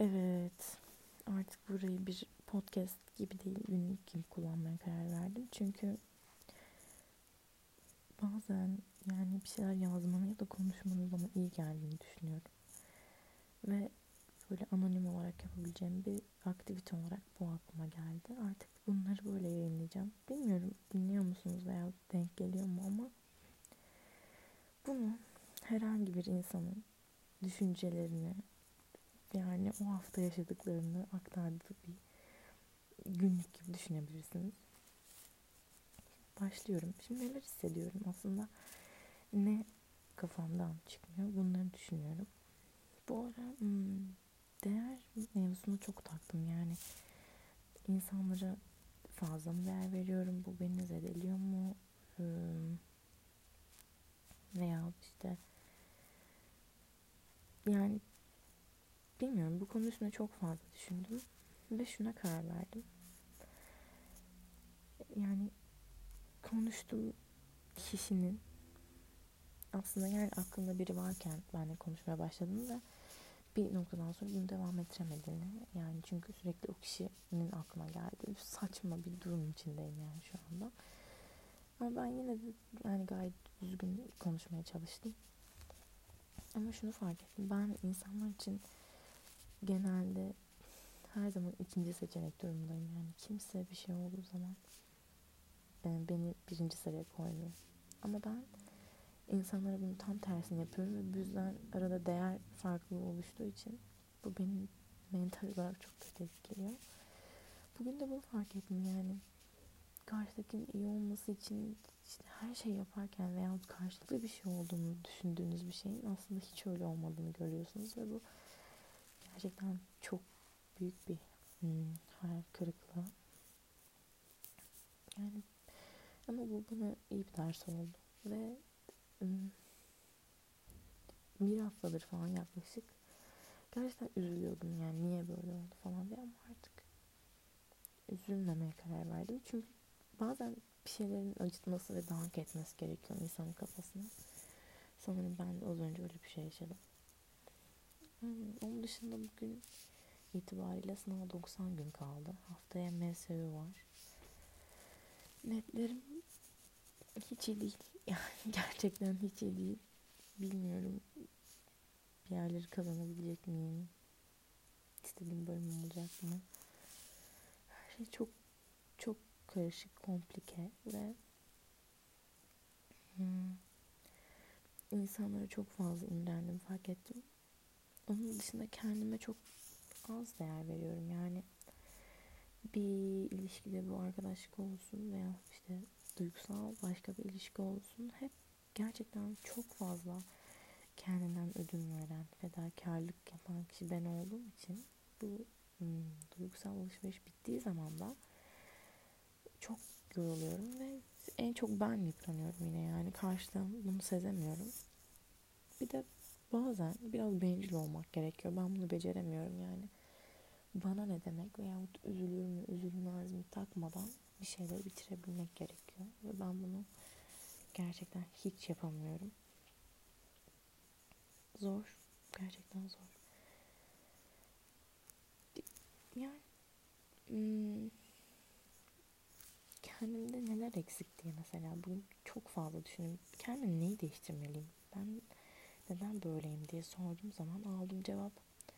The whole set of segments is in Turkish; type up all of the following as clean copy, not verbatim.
Evet, artık burayı bir podcast gibi değil, günlük gibi kullanmaya karar verdim. Çünkü bazen bir şeyler yazmanın ya da konuşmanın bana iyi geldiğini düşünüyorum. Ve böyle anonim olarak yapabileceğim bir aktivite olarak bu aklıma geldi. Artık bunları böyle yayınlayacağım. Bilmiyorum dinliyor musunuz veya denk geliyor mu ama bunu herhangi bir insanın düşüncelerini o hafta yaşadıklarını aktardığı bir günlük gibi düşünebilirsiniz. Başlıyorum. Şimdi neler hissediyorum aslında ne kafamdan çıkmıyor bunları düşünüyorum. Bu ara değer mevzusunu çok taktım insanlara fazla mı değer veriyorum, bu beni zedeliyor mu, veya işte yani bilmiyorum, bu konu üstüne çok fazla düşündüm ve şuna karar verdim. Yani konuştuğum kişinin aslında aklında biri varken benimle konuşmaya başladım ve bir noktadan sonra bunu devam ettiremediğini, çünkü sürekli o kişinin aklına geldi. Saçma bir durum içindeyim şu anda. Ama ben yine de gayet düzgün konuşmaya çalıştım. Ama şunu fark ettim. Ben insanlar için genelde her zaman ikinci seçenek durumundayım. Kimse bir şey olduğu zaman beni birinci sıraya koymuyor. Ama ben insanlara bunu tam tersini yapıyorum ve bu yüzden arada değer farklılığı oluştuğu için bu beni mental olarak çok kötü etkiliyor. Bugün de bunu fark ettim karşıdakinin iyi olması için işte her şey yaparken veya karşılıklı bir şey olduğunu düşündüğünüz bir şeyin aslında hiç öyle olmadığını görüyorsunuz ve bu gerçekten çok büyük bir hayal kırıklığı. Yani ama bu bana iyi bir ders oldu ve bir haftadır falan yaklaşık gerçekten üzülüyordum niye böyle oldu falan diye, ama artık üzülmemeye karar verdim. Çünkü bazen bir şeylerin acıtması ve dank etmesi gerekiyor insanın kafasına. Sanırım ben de az önce öyle bir şey yaşadım. Onun dışında bugün itibariyle sınava 90 gün kaldı. Haftaya MSÜ var. Netlerim hiç iyi değil. Gerçekten hiç iyi değil. Bilmiyorum bir yerleri kazanabilecek miyim? İstediğim bölüm olacak mı? Her şey çok çok karışık, komplike ve insanlara çok fazla imrendim, fark ettim. Onun dışında kendime çok az değer veriyorum. Bir ilişkide, bu arkadaşlık olsun veya işte duygusal başka bir ilişki olsun, hep gerçekten çok fazla kendinden ödün veren, fedakarlık yapan kişi ben olduğum için bu duygusal alışveriş bittiği zaman da çok yoruluyorum ve en çok ben yıpranıyorum yine, karşıdan bunu sezemiyorum. Bir de bazen biraz bencil olmak gerekiyor. Ben bunu beceremiyorum Bana ne demek veyahut üzülür mü üzülmez mi takmadan bir şeyleri bitirebilmek gerekiyor. Ve ben bunu gerçekten hiç yapamıyorum. Zor. Gerçekten zor. Yani kendimde neler eksik diye mesela bugün çok fazla düşündüm. Kendimi neyi değiştirmeliyim? Ben neden böyleyim diye sorduğum zaman aldığım cevap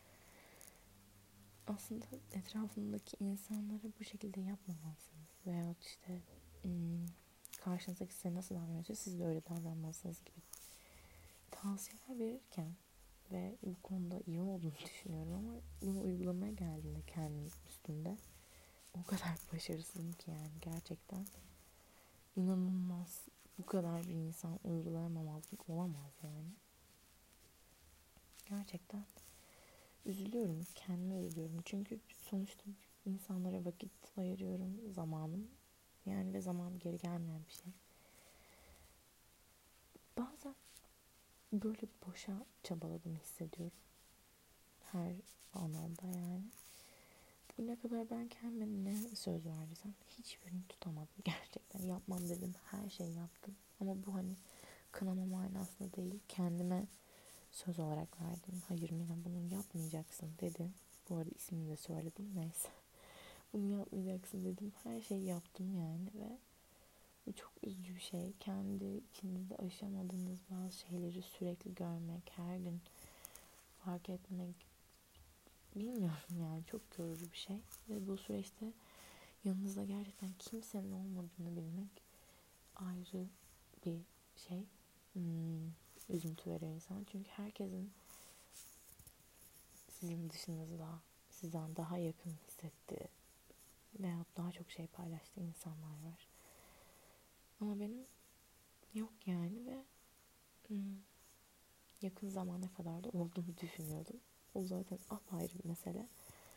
aslında etrafındaki insanlara bu şekilde yapmamalısınız. Veyahut işte karşınızdaki size nasıl davranıyorsa siz de öyle davranmalısınız gibi tavsiyeler verirken ve bu konuda iyi olduğunu düşünüyorum, ama bunu uygulamaya geldiğinde kendim üstünde o kadar başarısızım ki gerçekten inanılmaz. Bu kadar bir insan uygulayamamazlık olamaz Gerçekten üzülüyorum, kendime üzülüyorum. Çünkü sonuçta insanlara vakit ayırıyorum, zamanım. Ve zaman geri gelmeyen bir şey. Bazen böyle boşa çabaladığımı hissediyorum. Her anlamda Bugüne kadar ben kendime ne söz verdiysem hiçbirini tutamadım. Gerçekten yapmam dedim, her şeyi yaptım. Ama bu kınama manasında değil, kendime söz olarak verdim. Hayır Mina, bunu yapmayacaksın dedim. Bu arada ismini de söyledim. Neyse. Bunu yapmayacaksın dedim. Her şeyi yaptım yani ve bu çok üzücü bir şey. Kendi içinizde aşamadığınız bazı şeyleri sürekli görmek, her gün fark etmek, bilmiyorum yani, çok yorucu bir şey. Ve bu süreçte yanınızda gerçekten kimsenin olmadığını bilmek ayrı bir şey. Üzüntü veriyor insana. Çünkü herkesin sizin dışınızda sizden daha yakın hissettiği veyahut daha çok şey paylaştığı insanlar var. Ama benim yok yani ve yakın zamana kadar da olduğunu düşünüyordum. O zaten apayrı bir mesele.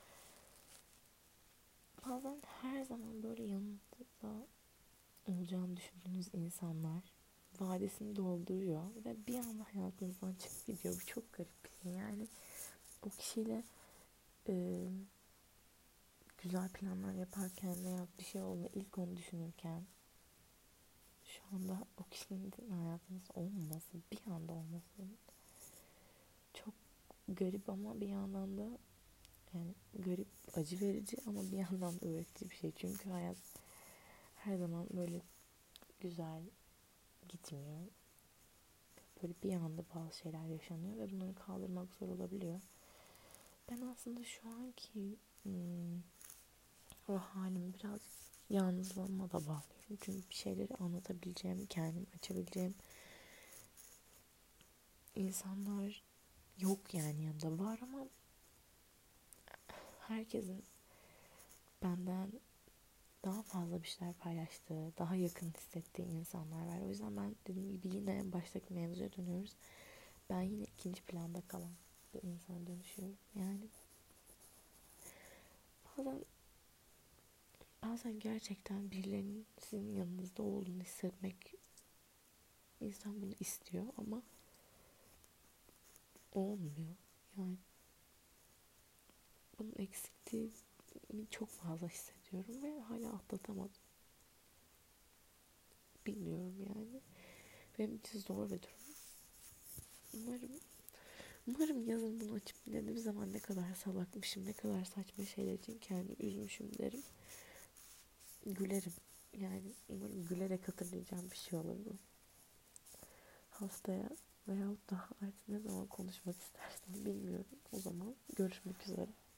Bazen her zaman böyle yanınızda olacağını düşündüğünüz insanlar vadesini dolduruyor ve bir anda hayatınızdan çıkıp gidiyor. Bu çok garip bir şey. Yani o kişiyle e, güzel planlar yaparken veya bir şey olduğunda ilk onu düşünürken şu anda o kişinin hayatınızda olmaması, bir anda olması çok garip ama bir yandan da yani garip, acı verici ama bir yandan da öğretici bir şey. Çünkü hayat her zaman böyle güzel gitmiyor. Böyle bir anda bazı şeyler yaşanıyor ve bunları kaldırmak zor olabiliyor. Ben aslında şu anki ruh halimi biraz yalnızlığıma da bağlıyorum. Çünkü bir şeyleri anlatabileceğim, kendim açabileceğim insanlar yok yani, yanında var ama herkesin benden daha fazla bir şeyler paylaştığı, daha yakın hissettiği insanlar var. O yüzden ben dediğim gibi yine en baştaki mevzuya dönüyoruz. Ben yine ikinci planda kalan bir insana dönüşüyorum. Yani bazen bazen gerçekten birilerinin sizin yanınızda olduğunu hissetmek, insan bunu istiyor ama olmuyor. Yani bunun eksikliğini çok fazla hissediyorum ve hala atlatamadım. Bilmiyorum yani. Benim için zor bir durum. Umarım Umarım yazın bunu açıp dinlediğim zaman ne kadar salakmışım, ne kadar saçma şeyler için kendimi üzmüşüm derim. Gülerim. Yani umarım gülerek hatırlayacağım bir şey olur bu. Haftaya veyahut da artık ne zaman konuşmak istersen bilmiyorum. O zaman görüşmek üzere.